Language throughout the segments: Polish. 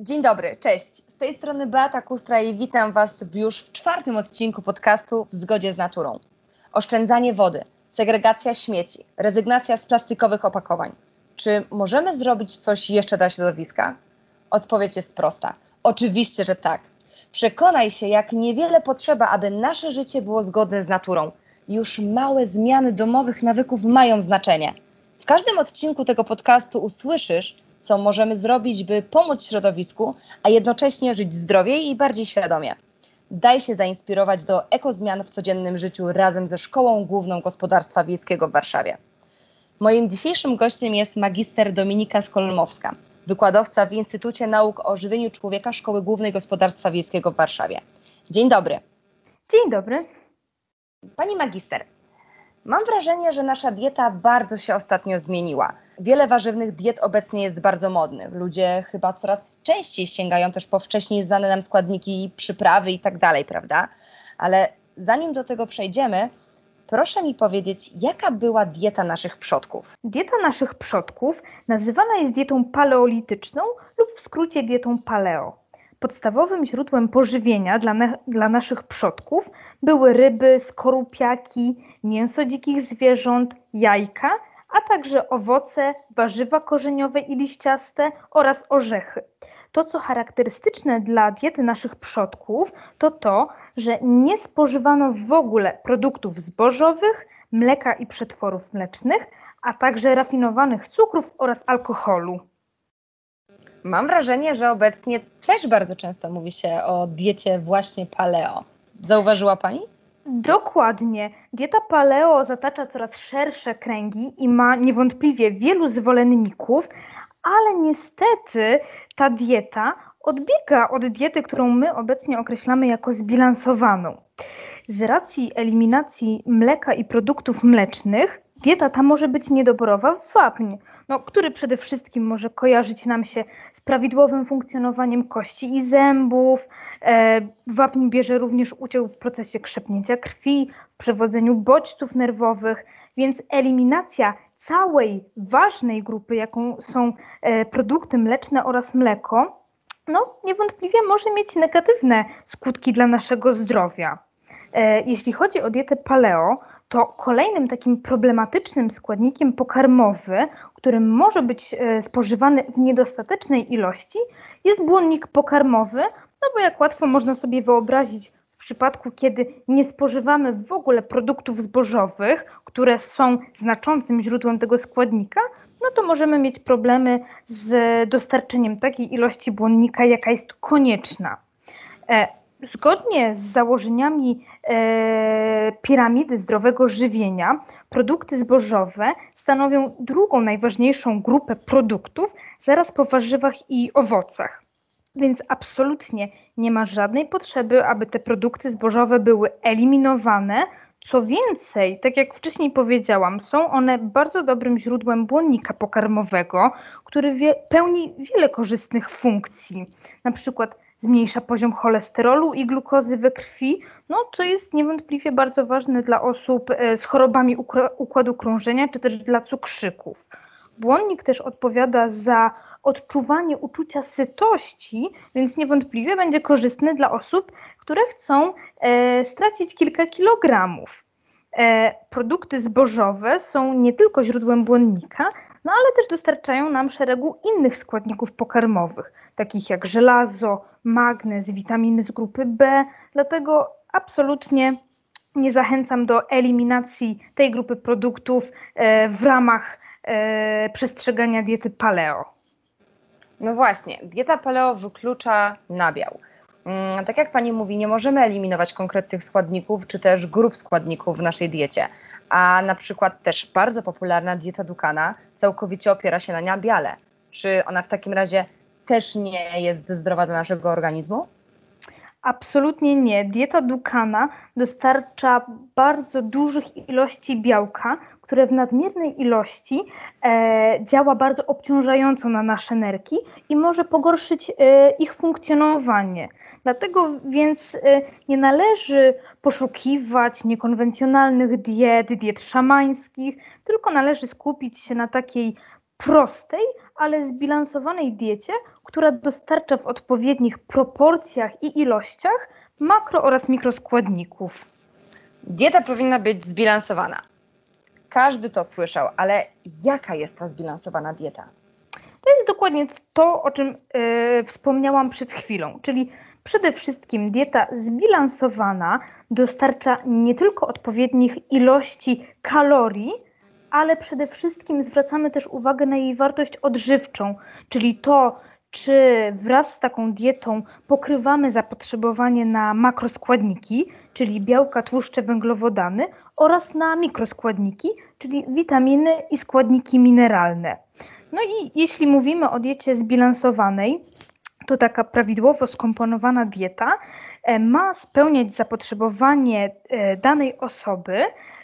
Dzień dobry, cześć. Z tej strony Beata Kustra i witam Was już w 4. odcinku podcastu W zgodzie z naturą. Oszczędzanie wody, segregacja śmieci, rezygnacja z plastikowych opakowań. Czy możemy zrobić coś jeszcze dla środowiska? Odpowiedź jest prosta. Oczywiście, że tak. Przekonaj się, jak niewiele potrzeba, aby nasze życie było zgodne z naturą. Już małe zmiany domowych nawyków mają znaczenie. W każdym odcinku tego podcastu usłyszysz, co możemy zrobić, by pomóc środowisku, a jednocześnie żyć zdrowiej i bardziej świadomie. Daj się zainspirować do ekozmian w codziennym życiu razem ze Szkołą Główną Gospodarstwa Wiejskiego w Warszawie. Moim dzisiejszym gościem jest magister Dominika Skolmowska, wykładowca w Instytucie Nauk o Żywieniu Człowieka Szkoły Głównej Gospodarstwa Wiejskiego w Warszawie. Dzień dobry. Dzień dobry. Pani magister, mam wrażenie, że nasza dieta bardzo się ostatnio zmieniła. Wiele warzywnych diet obecnie jest bardzo modnych. Ludzie chyba coraz częściej sięgają też po wcześniej znane nam składniki, przyprawy i tak dalej, prawda? Ale zanim do tego przejdziemy, proszę mi powiedzieć, jaka była dieta naszych przodków? Dieta naszych przodków nazywana jest dietą paleolityczną lub w skrócie dietą paleo. Podstawowym źródłem pożywienia dla naszych przodków były ryby, skorupiaki, mięso dzikich zwierząt, jajka, a także owoce, warzywa korzeniowe i liściaste oraz orzechy. To, co charakterystyczne dla diety naszych przodków, to to, że nie spożywano w ogóle produktów zbożowych, mleka i przetworów mlecznych, a także rafinowanych cukrów oraz alkoholu. Mam wrażenie, że obecnie też bardzo często mówi się o diecie właśnie paleo. Zauważyła Pani? Dokładnie. Dieta paleo zatacza coraz szersze kręgi i ma niewątpliwie wielu zwolenników, ale niestety ta dieta odbiega od diety, którą my obecnie określamy jako zbilansowaną. Z racji eliminacji mleka i produktów mlecznych dieta ta może być niedoborowa w wapń, który przede wszystkim może kojarzyć nam się z prawidłowym funkcjonowaniem kości i zębów. Wapń bierze również udział w procesie krzepnięcia krwi, w przewodzeniu bodźców nerwowych, więc eliminacja całej ważnej grupy, jaką są produkty mleczne oraz mleko, niewątpliwie może mieć negatywne skutki dla naszego zdrowia. Jeśli chodzi o dietę paleo, to kolejnym takim problematycznym składnikiem pokarmowym, który może być spożywany w niedostatecznej ilości, jest błonnik pokarmowy, bo jak łatwo można sobie wyobrazić, w przypadku, kiedy nie spożywamy w ogóle produktów zbożowych, które są znaczącym źródłem tego składnika, to możemy mieć problemy z dostarczeniem takiej ilości błonnika, jaka jest konieczna. Zgodnie z założeniami piramidy zdrowego żywienia, produkty zbożowe stanowią drugą najważniejszą grupę produktów zaraz po warzywach i owocach. Więc absolutnie nie ma żadnej potrzeby, aby te produkty zbożowe były eliminowane. Co więcej, tak jak wcześniej powiedziałam, są one bardzo dobrym źródłem błonnika pokarmowego, który pełni wiele korzystnych funkcji. Na przykład zmniejsza poziom cholesterolu i glukozy we krwi, co jest niewątpliwie bardzo ważne dla osób z chorobami układu krążenia, czy też dla cukrzyków. Błonnik też odpowiada za odczuwanie uczucia sytości, więc niewątpliwie będzie korzystny dla osób, które chcą stracić kilka kilogramów. Produkty zbożowe są nie tylko źródłem błonnika, ale też dostarczają nam szeregu innych składników pokarmowych, takich jak żelazo, magnez, witaminy z grupy B, dlatego absolutnie nie zachęcam do eliminacji tej grupy produktów w ramach przestrzegania diety paleo. No właśnie, dieta paleo wyklucza nabiał. Tak jak Pani mówi, nie możemy eliminować konkretnych składników, czy też grup składników w naszej diecie. A na przykład też bardzo popularna dieta Dukkana całkowicie opiera się na nabiale. Czy ona w takim razie też nie jest zdrowa dla naszego organizmu? Absolutnie nie. Dieta Dukkana dostarcza bardzo dużych ilości białka, które w nadmiernej ilości działa bardzo obciążająco na nasze nerki i może pogorszyć ich funkcjonowanie. Dlatego więc nie należy poszukiwać niekonwencjonalnych diet szamańskich, tylko należy skupić się na takiej prostej, ale zbilansowanej diecie, która dostarcza w odpowiednich proporcjach i ilościach makro oraz mikroskładników. Dieta powinna być zbilansowana. Każdy to słyszał, ale jaka jest ta zbilansowana dieta? To jest dokładnie to, o czym wspomniałam przed chwilą, czyli przede wszystkim dieta zbilansowana dostarcza nie tylko odpowiednich ilości kalorii, ale przede wszystkim zwracamy też uwagę na jej wartość odżywczą, czyli to, czy wraz z taką dietą pokrywamy zapotrzebowanie na makroskładniki, czyli białka, tłuszcze, węglowodany, oraz na mikroskładniki, czyli witaminy i składniki mineralne. No i jeśli mówimy o diecie zbilansowanej, to taka prawidłowo skomponowana dieta ma spełniać zapotrzebowanie danej osoby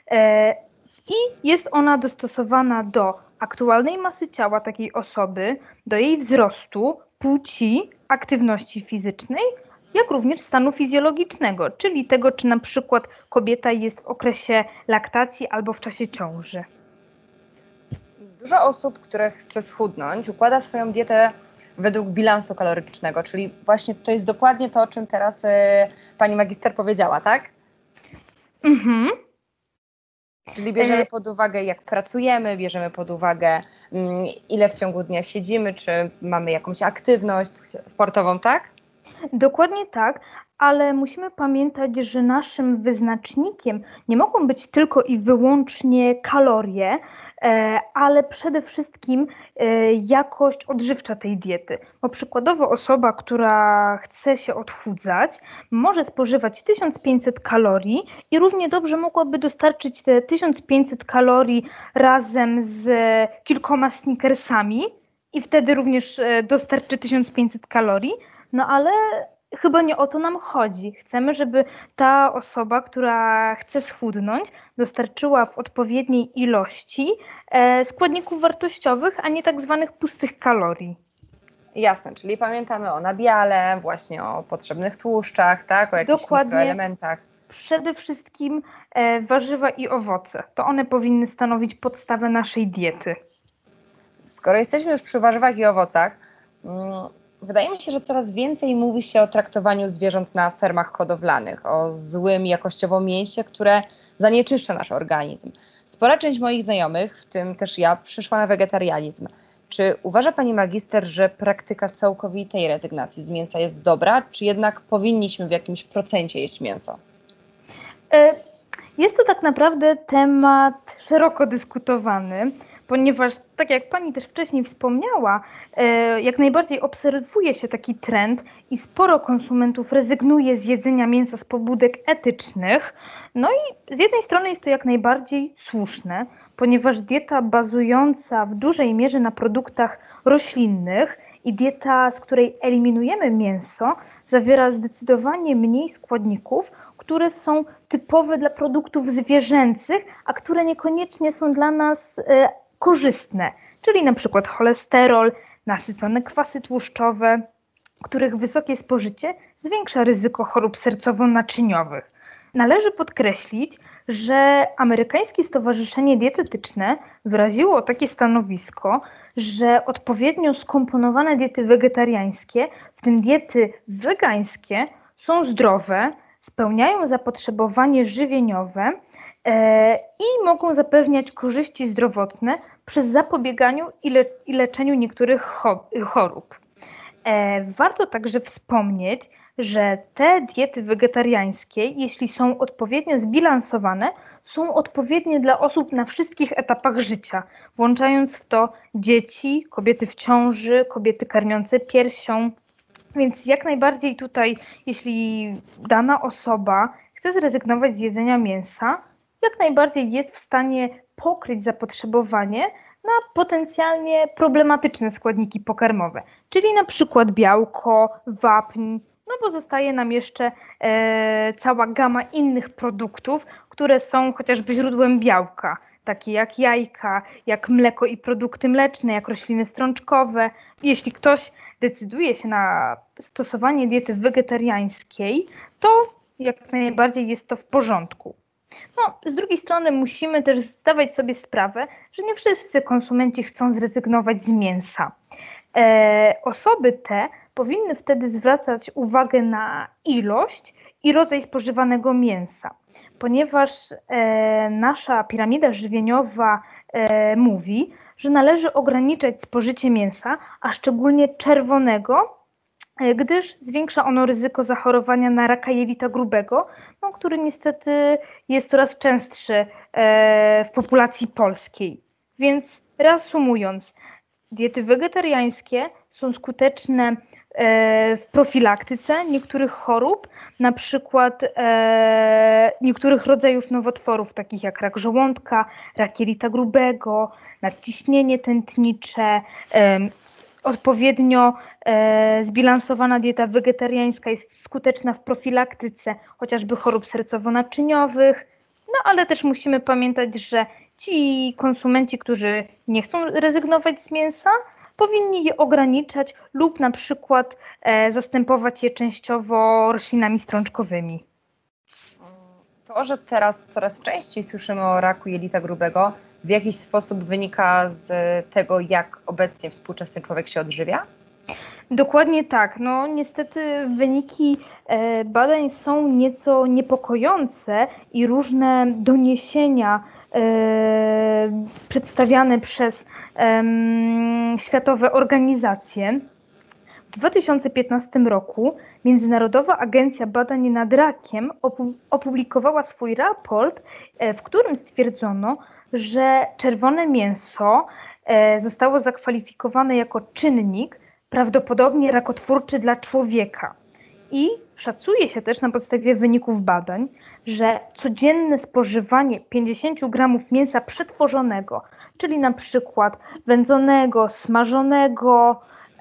i jest ona dostosowana do aktualnej masy ciała takiej osoby, do jej wzrostu, płci, aktywności fizycznej, jak również stanu fizjologicznego, czyli tego, czy na przykład kobieta jest w okresie laktacji albo w czasie ciąży. Dużo osób, które chce schudnąć, układa swoją dietę według bilansu kalorycznego, czyli właśnie to jest dokładnie to, o czym teraz pani magister powiedziała, tak? Mhm. Czyli bierzemy pod uwagę, jak pracujemy, bierzemy pod uwagę, ile w ciągu dnia siedzimy, czy mamy jakąś aktywność sportową, tak? Dokładnie tak, ale musimy pamiętać, że naszym wyznacznikiem nie mogą być tylko i wyłącznie kalorie, ale przede wszystkim jakość odżywcza tej diety. Bo przykładowo osoba, która chce się odchudzać, może spożywać 1500 kalorii i równie dobrze mogłaby dostarczyć te 1500 kalorii razem z kilkoma snickersami i wtedy również dostarczy 1500 kalorii. No ale chyba nie o to nam chodzi. Chcemy, żeby ta osoba, która chce schudnąć, dostarczyła w odpowiedniej ilości składników wartościowych, a nie tak zwanych pustych kalorii. Jasne, czyli pamiętamy o nabiale, właśnie o potrzebnych tłuszczach, tak? O jakichś mikroelementach. Przede wszystkim warzywa i owoce. To one powinny stanowić podstawę naszej diety. Skoro jesteśmy już przy warzywach i owocach, wydaje mi się, że coraz więcej mówi się o traktowaniu zwierząt na fermach hodowlanych, o złym jakościowo mięsie, które zanieczyszcza nasz organizm. Spora część moich znajomych, w tym też ja, przeszła na wegetarianizm. Czy uważa pani magister, że praktyka całkowitej rezygnacji z mięsa jest dobra, czy jednak powinniśmy w jakimś procencie jeść mięso? Jest to tak naprawdę temat szeroko dyskutowany, ponieważ, tak jak pani też wcześniej wspomniała, jak najbardziej obserwuje się taki trend i sporo konsumentów rezygnuje z jedzenia mięsa z pobudek etycznych. No i z jednej strony jest to jak najbardziej słuszne, ponieważ dieta bazująca w dużej mierze na produktach roślinnych i dieta, z której eliminujemy mięso, zawiera zdecydowanie mniej składników, które są typowe dla produktów zwierzęcych, a które niekoniecznie są dla nas korzystne, czyli na przykład cholesterol, nasycone kwasy tłuszczowe, których wysokie spożycie zwiększa ryzyko chorób sercowo-naczyniowych. Należy podkreślić, że Amerykańskie Stowarzyszenie Dietetyczne wyraziło takie stanowisko, że odpowiednio skomponowane diety wegetariańskie, w tym diety wegańskie, są zdrowe, spełniają zapotrzebowanie żywieniowe i mogą zapewniać korzyści zdrowotne przy zapobieganiu i leczeniu niektórych chorób. Warto także wspomnieć, że te diety wegetariańskie, jeśli są odpowiednio zbilansowane, są odpowiednie dla osób na wszystkich etapach życia, włączając w to dzieci, kobiety w ciąży, kobiety karmiące piersią. Więc jak najbardziej tutaj, jeśli dana osoba chce zrezygnować z jedzenia mięsa, jak najbardziej jest w stanie pokryć zapotrzebowanie na potencjalnie problematyczne składniki pokarmowe, czyli na przykład białko, wapń, no bo zostaje nam jeszcze cała gama innych produktów, które są chociażby źródłem białka, takie jak jajka, jak mleko i produkty mleczne, jak rośliny strączkowe. Jeśli ktoś decyduje się na stosowanie diety wegetariańskiej, to jak najbardziej jest to w porządku. No, z drugiej strony musimy też zdawać sobie sprawę, że nie wszyscy konsumenci chcą zrezygnować z mięsa. Osoby te powinny wtedy zwracać uwagę na ilość i rodzaj spożywanego mięsa, ponieważ nasza piramida żywieniowa mówi, że należy ograniczać spożycie mięsa, a szczególnie czerwonego, gdyż zwiększa ono ryzyko zachorowania na raka jelita grubego, no, który niestety jest coraz częstszy w populacji polskiej. Więc reasumując, diety wegetariańskie są skuteczne w profilaktyce niektórych chorób, na przykład niektórych rodzajów nowotworów, takich jak rak żołądka, rak jelita grubego, nadciśnienie tętnicze. Odpowiednio zbilansowana dieta wegetariańska jest skuteczna w profilaktyce chociażby chorób sercowo-naczyniowych, no ale też musimy pamiętać, że ci konsumenci, którzy nie chcą rezygnować z mięsa, powinni je ograniczać lub na przykład zastępować je częściowo roślinami strączkowymi. To, że teraz coraz częściej słyszymy o raku jelita grubego, w jakiś sposób wynika z tego, jak obecnie współczesny człowiek się odżywia? Dokładnie tak. No niestety wyniki badań są nieco niepokojące i różne doniesienia przedstawiane przez światowe organizacje. W 2015 roku Międzynarodowa Agencja Badań nad Rakiem opublikowała swój raport, w którym stwierdzono, że czerwone mięso zostało zakwalifikowane jako czynnik prawdopodobnie rakotwórczy dla człowieka. I szacuje się też na podstawie wyników badań, że codzienne spożywanie 50 gramów mięsa przetworzonego, czyli na przykład wędzonego, smażonego,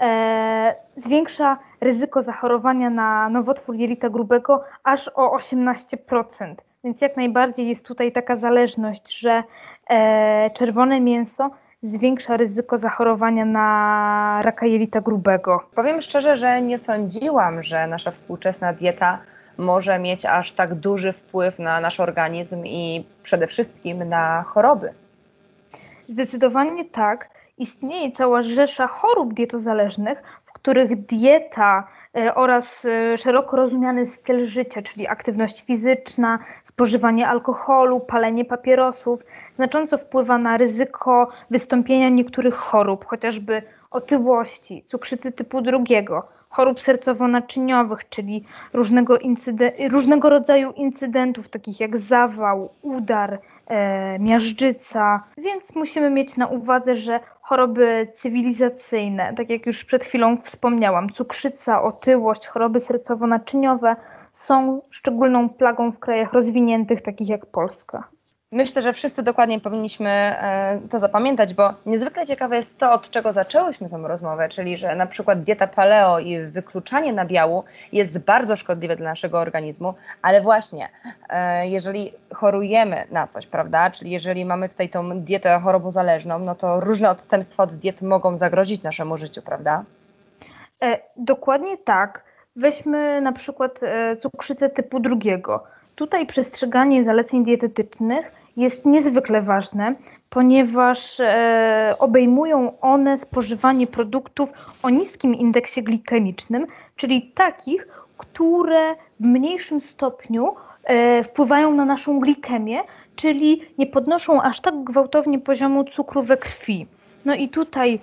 zwiększa ryzyko zachorowania na nowotwór jelita grubego aż o 18%. Więc jak najbardziej jest tutaj taka zależność, że czerwone mięso zwiększa ryzyko zachorowania na raka jelita grubego. Powiem szczerze, że nie sądziłam, że nasza współczesna dieta może mieć aż tak duży wpływ na nasz organizm i przede wszystkim na choroby. Zdecydowanie tak. Istnieje cała rzesza chorób dietozależnych, w których dieta oraz szeroko rozumiany styl życia, czyli aktywność fizyczna, spożywanie alkoholu, palenie papierosów, znacząco wpływa na ryzyko wystąpienia niektórych chorób, chociażby otyłości, cukrzycy typu 2, chorób sercowo-naczyniowych, czyli różnego rodzaju incydentów, takich jak zawał, udar, miażdżyca, więc musimy mieć na uwadze, że choroby cywilizacyjne, tak jak już przed chwilą wspomniałam, cukrzyca, otyłość, choroby sercowo-naczyniowe są szczególną plagą w krajach rozwiniętych, takich jak Polska. Myślę, że wszyscy dokładnie powinniśmy to zapamiętać, bo niezwykle ciekawe jest to, od czego zaczęłyśmy tę rozmowę, czyli że na przykład dieta paleo i wykluczanie nabiału jest bardzo szkodliwe dla naszego organizmu, ale właśnie jeżeli chorujemy na coś, prawda, czyli jeżeli mamy tutaj tą dietę chorobozależną, no to różne odstępstwa od diet mogą zagrozić naszemu życiu, prawda? Dokładnie tak. Weźmy na przykład cukrzycę typu 2. Tutaj przestrzeganie zaleceń dietetycznych jest niezwykle ważne, ponieważ obejmują one spożywanie produktów o niskim indeksie glikemicznym, czyli takich, które w mniejszym stopniu wpływają na naszą glikemię, czyli nie podnoszą aż tak gwałtownie poziomu cukru we krwi. No i tutaj,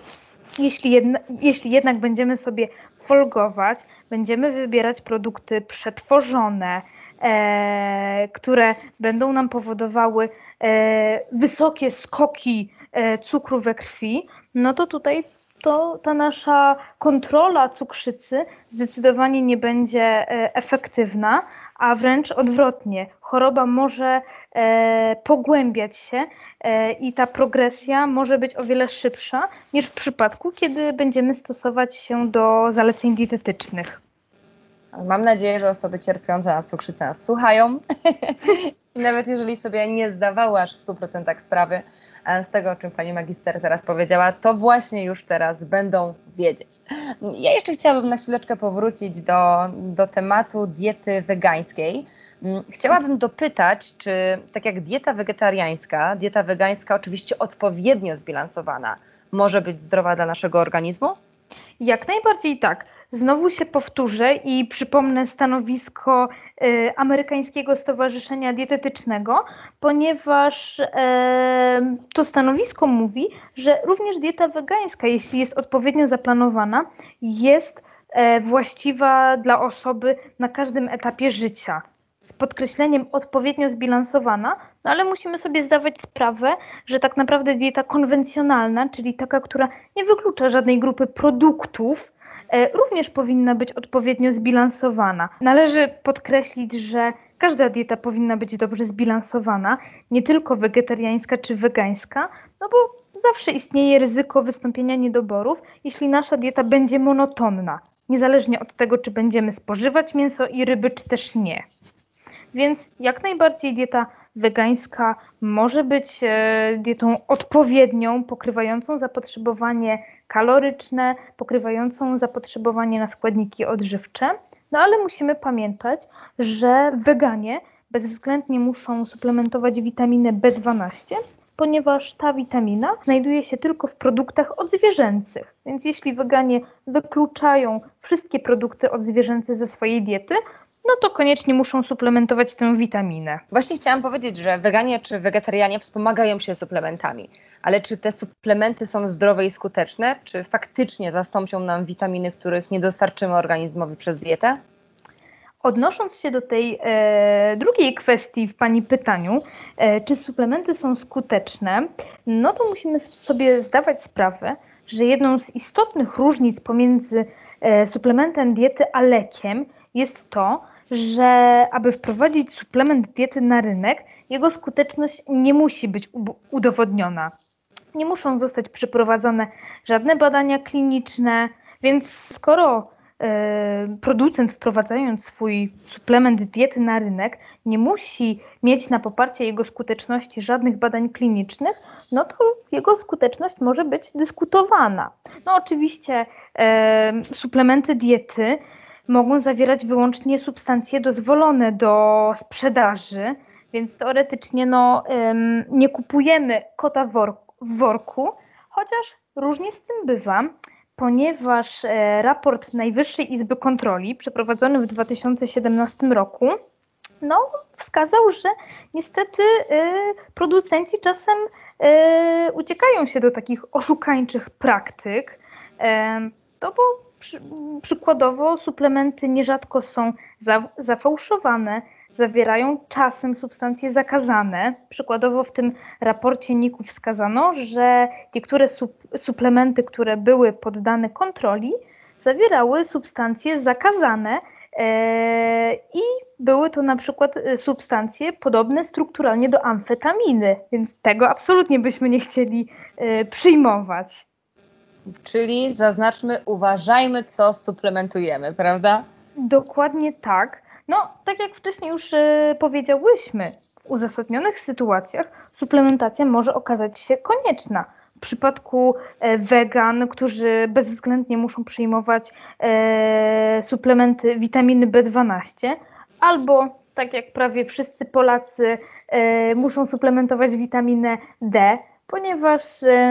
jeśli jednak będziemy sobie folgować, będziemy wybierać produkty przetworzone, które będą nam powodowały wysokie skoki cukru we krwi, no to tutaj ta nasza kontrola cukrzycy zdecydowanie nie będzie efektywna, a wręcz odwrotnie. Choroba może pogłębiać się i ta progresja może być o wiele szybsza niż w przypadku, kiedy będziemy stosować się do zaleceń dietetycznych. Mam nadzieję, że osoby cierpiące na cukrzycę nas słuchają i nawet jeżeli sobie nie zdawały aż w 100% sprawy z tego, o czym pani magister teraz powiedziała, to właśnie już teraz będą wiedzieć. Ja jeszcze chciałabym na chwileczkę powrócić do tematu diety wegańskiej, Chciałabym dopytać, czy tak jak dieta wegańska oczywiście odpowiednio zbilansowana, może być zdrowa dla naszego organizmu? Jak najbardziej tak. Znowu się powtórzę i przypomnę stanowisko Amerykańskiego Stowarzyszenia Dietetycznego, ponieważ to stanowisko mówi, że również dieta wegańska, jeśli jest odpowiednio zaplanowana, jest właściwa dla osoby na każdym etapie życia. Z podkreśleniem odpowiednio zbilansowana, no ale musimy sobie zdawać sprawę, że tak naprawdę dieta konwencjonalna, czyli taka, która nie wyklucza żadnej grupy produktów, również powinna być odpowiednio zbilansowana. Należy podkreślić, że każda dieta powinna być dobrze zbilansowana, nie tylko wegetariańska czy wegańska, no bo zawsze istnieje ryzyko wystąpienia niedoborów, jeśli nasza dieta będzie monotonna, niezależnie od tego, czy będziemy spożywać mięso i ryby, czy też nie. Więc jak najbardziej dieta wegańska może być dietą odpowiednią, pokrywającą zapotrzebowanie kaloryczne, pokrywającą zapotrzebowanie na składniki odżywcze. No ale musimy pamiętać, że weganie bezwzględnie muszą suplementować witaminę B12, ponieważ ta witamina znajduje się tylko w produktach odzwierzęcych. Więc jeśli weganie wykluczają wszystkie produkty odzwierzęce ze swojej diety, no to koniecznie muszą suplementować tę witaminę. Właśnie chciałam powiedzieć, że weganie czy wegetarianie wspomagają się suplementami, ale czy te suplementy są zdrowe i skuteczne? Czy faktycznie zastąpią nam witaminy, których nie dostarczymy organizmowi przez dietę? Odnosząc się do tej drugiej kwestii w Pani pytaniu, czy suplementy są skuteczne, no to musimy sobie zdawać sprawę, że jedną z istotnych różnic pomiędzy suplementem diety a lekiem jest to, że aby wprowadzić suplement diety na rynek, jego skuteczność nie musi być udowodniona. Nie muszą zostać przeprowadzone żadne badania kliniczne, więc skoro producent wprowadzając swój suplement diety na rynek nie musi mieć na poparcie jego skuteczności żadnych badań klinicznych, no to jego skuteczność może być dyskutowana. No oczywiście suplementy diety mogą zawierać wyłącznie substancje dozwolone do sprzedaży, więc teoretycznie nie kupujemy kota w worku, chociaż różnie z tym bywa, ponieważ raport Najwyższej Izby Kontroli przeprowadzony w 2017 roku wskazał, że niestety producenci czasem uciekają się do takich oszukańczych praktyk, bo przykładowo suplementy nierzadko są zafałszowane, zawierają czasem substancje zakazane. Przykładowo w tym raporcie NIK-u wskazano, że niektóre suplementy, które były poddane kontroli, zawierały substancje zakazane i były to na przykład substancje podobne strukturalnie do amfetaminy, więc tego absolutnie byśmy nie chcieli przyjmować. Czyli zaznaczmy, uważajmy, co suplementujemy, prawda? Dokładnie tak. No, tak jak wcześniej już powiedziałyśmy, w uzasadnionych sytuacjach suplementacja może okazać się konieczna. W przypadku wegan, którzy bezwzględnie muszą przyjmować suplementy witaminy B12, albo tak jak prawie wszyscy Polacy muszą suplementować witaminę D, ponieważ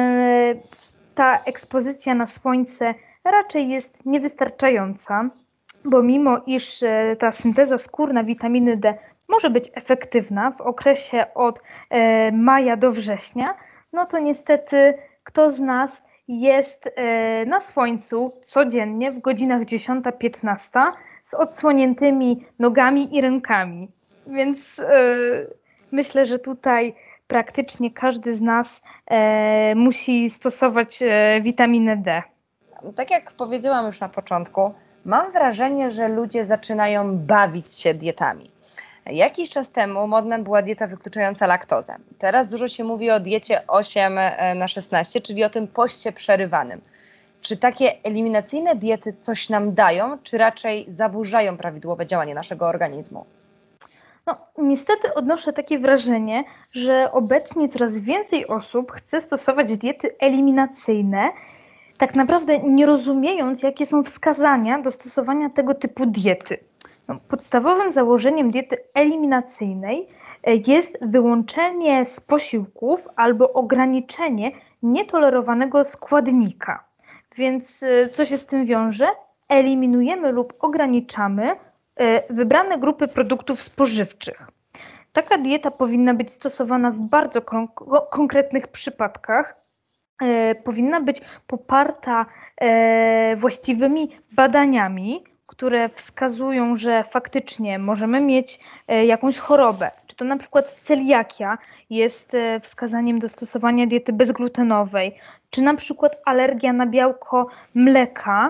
ta ekspozycja na słońce raczej jest niewystarczająca, bo mimo iż ta synteza skórna witaminy D może być efektywna w okresie od maja do września, no to niestety kto z nas jest na słońcu codziennie w godzinach 10-15 z odsłoniętymi nogami i rękami. Więc myślę, że tutaj praktycznie każdy z nas musi stosować witaminę D. Tak jak powiedziałam już na początku, mam wrażenie, że ludzie zaczynają bawić się dietami. Jakiś czas temu modna była dieta wykluczająca laktozę. Teraz dużo się mówi o diecie 8/16, czyli o tym poście przerywanym. Czy takie eliminacyjne diety coś nam dają, czy raczej zaburzają prawidłowe działanie naszego organizmu? No, niestety odnoszę takie wrażenie, że obecnie coraz więcej osób chce stosować diety eliminacyjne, tak naprawdę nie rozumiejąc, jakie są wskazania do stosowania tego typu diety. No, podstawowym założeniem diety eliminacyjnej jest wyłączenie z posiłków albo ograniczenie nietolerowanego składnika. Więc co się z tym wiąże? Eliminujemy lub ograniczamy wybrane grupy produktów spożywczych. Taka dieta powinna być stosowana w bardzo konkretnych przypadkach. Powinna być poparta właściwymi badaniami, które wskazują, że faktycznie możemy mieć jakąś chorobę. Czy to na przykład celiakia jest wskazaniem do stosowania diety bezglutenowej, czy na przykład alergia na białko mleka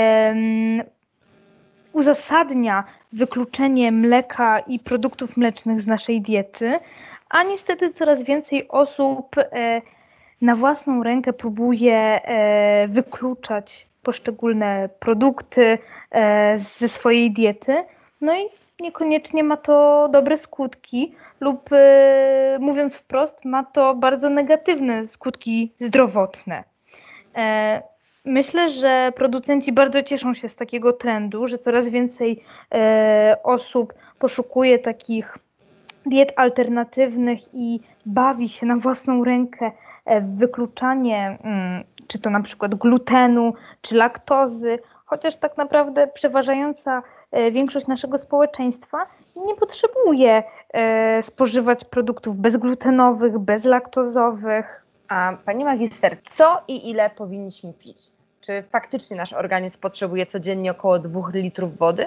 uzasadnia wykluczenie mleka i produktów mlecznych z naszej diety, a niestety coraz więcej osób na własną rękę próbuje wykluczać poszczególne produkty ze swojej diety, no i niekoniecznie ma to dobre skutki lub mówiąc wprost, ma to bardzo negatywne skutki zdrowotne. Myślę, że producenci bardzo cieszą się z takiego trendu, że coraz więcej osób poszukuje takich diet alternatywnych i bawi się na własną rękę w wykluczanie, czy to na przykład glutenu, czy laktozy, chociaż tak naprawdę przeważająca większość naszego społeczeństwa nie potrzebuje spożywać produktów bezglutenowych, bezlaktozowych. A pani magister, co i ile powinniśmy pić? Czy faktycznie nasz organizm potrzebuje codziennie około 2 litrów wody?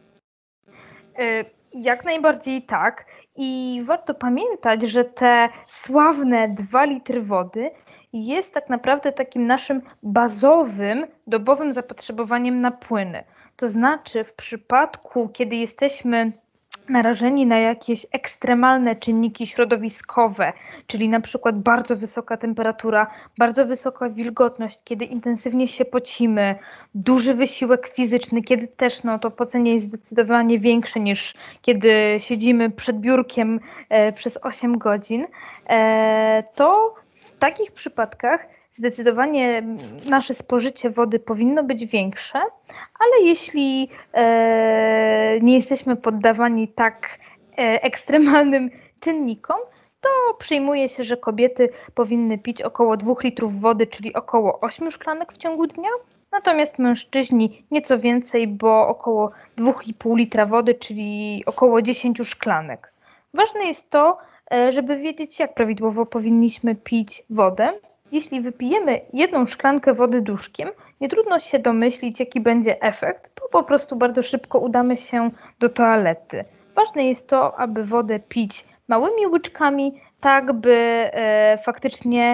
Jak najbardziej tak. I warto pamiętać, że te sławne 2 litry wody jest tak naprawdę takim naszym bazowym, dobowym zapotrzebowaniem na płyny. To znaczy w przypadku, kiedy jesteśmy narażeni na jakieś ekstremalne czynniki środowiskowe, czyli na przykład bardzo wysoka temperatura, bardzo wysoka wilgotność, kiedy intensywnie się pocimy, duży wysiłek fizyczny, kiedy też to pocenie jest zdecydowanie większe niż kiedy siedzimy przed biurkiem przez 8 godzin, to w takich przypadkach zdecydowanie nasze spożycie wody powinno być większe, ale jeśli nie jesteśmy poddawani tak ekstremalnym czynnikom, to przyjmuje się, że kobiety powinny pić około 2 litrów wody, czyli około 8 szklanek w ciągu dnia, natomiast mężczyźni nieco więcej, bo około 2,5 litra wody, czyli około 10 szklanek. Ważne jest to, żeby wiedzieć, jak prawidłowo powinniśmy pić wodę. Jeśli wypijemy 1 szklankę wody duszkiem, nie trudno się domyślić, jaki będzie efekt, bo po prostu bardzo szybko udamy się do toalety. Ważne jest to, aby wodę pić małymi łyczkami, tak by faktycznie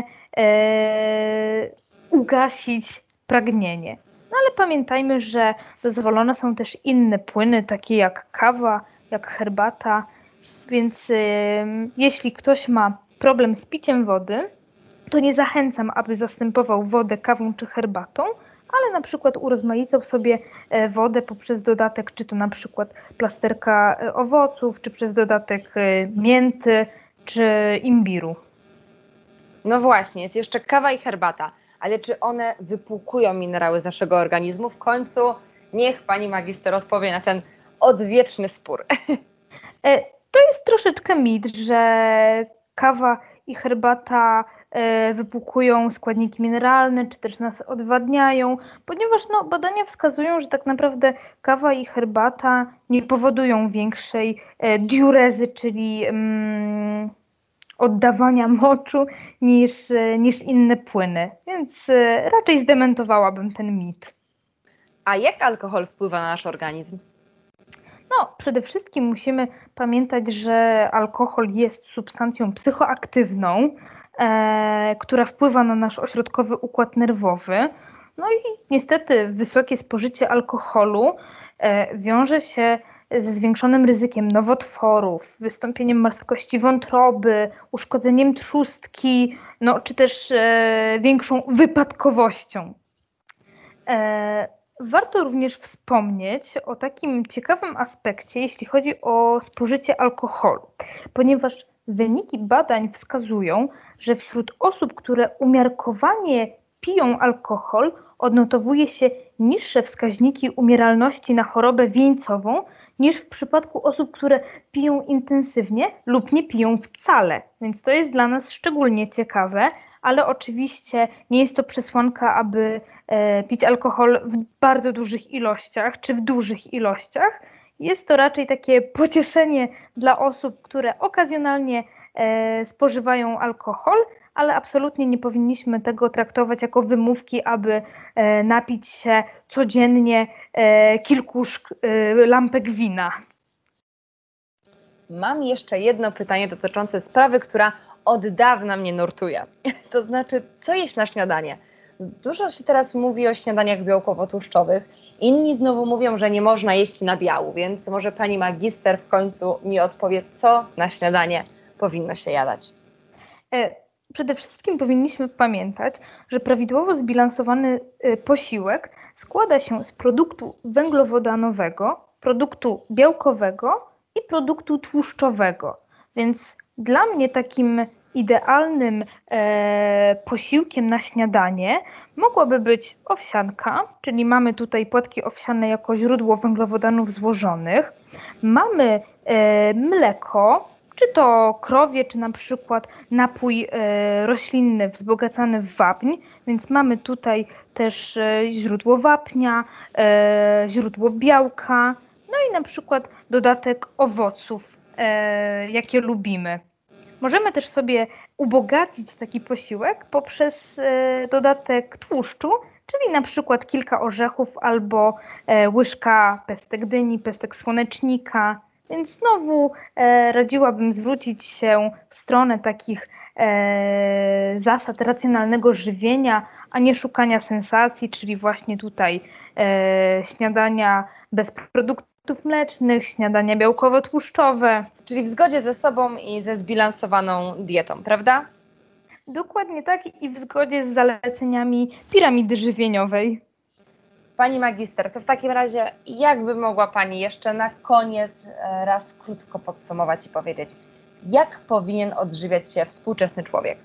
ugasić pragnienie. No ale pamiętajmy, że dozwolone są też inne płyny, takie jak kawa, jak herbata, więc jeśli ktoś ma problem z piciem wody, to nie zachęcam, aby zastępował wodę kawą czy herbatą, ale na przykład urozmaicał sobie wodę poprzez dodatek, czy to na przykład plasterka owoców, czy przez dodatek mięty, czy imbiru. No właśnie, jest jeszcze kawa i herbata, ale czy one wypłukują minerały z naszego organizmu? W końcu niech pani magister odpowie na ten odwieczny spór. To jest troszeczkę mit, że kawa i herbata wypłukują składniki mineralne, czy też nas odwadniają, ponieważ badania wskazują, że tak naprawdę kawa i herbata nie powodują większej diurezy, czyli oddawania moczu niż inne płyny, więc raczej zdementowałabym ten mit. A jak alkohol wpływa na nasz organizm? Przede wszystkim musimy pamiętać, że alkohol jest substancją psychoaktywną, która wpływa na nasz ośrodkowy układ nerwowy. No i niestety wysokie spożycie alkoholu wiąże się ze zwiększonym ryzykiem nowotworów, wystąpieniem marskości wątroby, uszkodzeniem trzustki, czy też większą wypadkowością. Warto również wspomnieć o takim ciekawym aspekcie, jeśli chodzi o spożycie alkoholu, ponieważ wyniki badań wskazują, że wśród osób, które umiarkowanie piją alkohol, odnotowuje się niższe wskaźniki umieralności na chorobę wieńcową niż w przypadku osób, które piją intensywnie lub nie piją wcale. Więc to jest dla nas szczególnie ciekawe, ale oczywiście nie jest to przesłanka, aby pić alkohol w bardzo dużych ilościach czy w dużych ilościach. Jest to raczej takie pocieszenie dla osób, które okazjonalnie spożywają alkohol, ale absolutnie nie powinniśmy tego traktować jako wymówki, aby napić się codziennie kilku lampek wina. Mam jeszcze jedno pytanie dotyczące sprawy, która od dawna mnie nurtuje. To znaczy, co jeść na śniadanie? Dużo się teraz mówi o śniadaniach białkowo-tłuszczowych. Inni znowu mówią, że nie można jeść nabiału, więc może pani magister w końcu mi odpowie, co na śniadanie powinno się jadać. Przede wszystkim powinniśmy pamiętać, że prawidłowo zbilansowany posiłek składa się z produktu węglowodanowego, produktu białkowego i produktu tłuszczowego. Więc dla mnie takim idealnym posiłkiem na śniadanie mogłaby być owsianka, czyli mamy tutaj płatki owsiane jako źródło węglowodanów złożonych. Mamy mleko, czy to krowie, czy na przykład napój roślinny wzbogacany w wapń, więc mamy tutaj też źródło wapnia, źródło białka, no i na przykład dodatek owoców, jakie lubimy. Możemy też sobie ubogacić taki posiłek poprzez dodatek tłuszczu, czyli na przykład kilka orzechów albo łyżka pestek dyni, pestek słonecznika. Więc znowu radziłabym zwrócić się w stronę takich zasad racjonalnego żywienia, a nie szukania sensacji, czyli właśnie tutaj śniadania bez produktów mlecznych, śniadania białkowo-tłuszczowe. Czyli w zgodzie ze sobą i ze zbilansowaną dietą, prawda? Dokładnie tak i w zgodzie z zaleceniami piramidy żywieniowej. Pani magister, to w takim razie jakby mogła Pani jeszcze na koniec raz krótko podsumować i powiedzieć, jak powinien odżywiać się współczesny człowiek?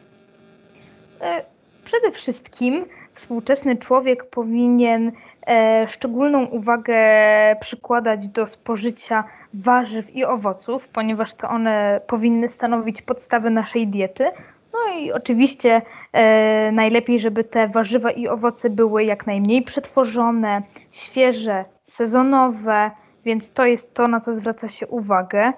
Przede wszystkim współczesny człowiek powinien szczególną uwagę przykładać do spożycia warzyw i owoców, ponieważ to one powinny stanowić podstawę naszej diety. No i oczywiście najlepiej, żeby te warzywa i owoce były jak najmniej przetworzone, świeże, sezonowe, więc to jest to, na co zwraca się uwagę.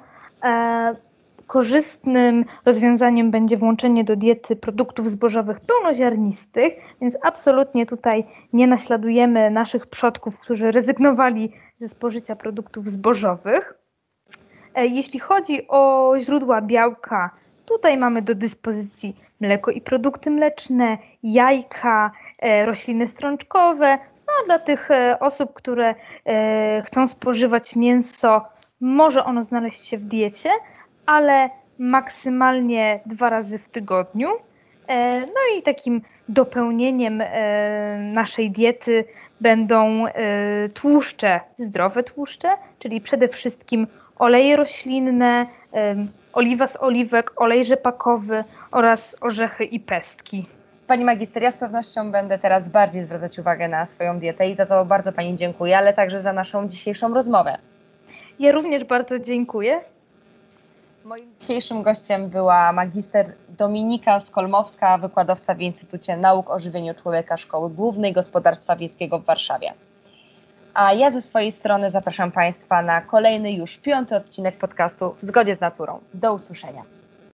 Korzystnym rozwiązaniem będzie włączenie do diety produktów zbożowych pełnoziarnistych, więc absolutnie tutaj nie naśladujemy naszych przodków, którzy rezygnowali ze spożycia produktów zbożowych. Jeśli chodzi o źródła białka, tutaj mamy do dyspozycji mleko i produkty mleczne, jajka, rośliny strączkowe. No, a dla tych osób, które chcą spożywać mięso, może ono znaleźć się w diecie, ale maksymalnie 2 razy w tygodniu. No i takim dopełnieniem naszej diety będą tłuszcze, zdrowe tłuszcze, czyli przede wszystkim oleje roślinne, oliwa z oliwek, olej rzepakowy oraz orzechy i pestki. Pani magister, ja z pewnością będę teraz bardziej zwracać uwagę na swoją dietę i za to bardzo Pani dziękuję, ale także za naszą dzisiejszą rozmowę. Ja również bardzo dziękuję. Moim dzisiejszym gościem była magister Dominika Skolmowska, wykładowca w Instytucie Nauk o Żywieniu Człowieka Szkoły Głównej Gospodarstwa Wiejskiego w Warszawie. A ja ze swojej strony zapraszam Państwa na kolejny już 5. odcinek podcastu W zgodzie z naturą. Do usłyszenia.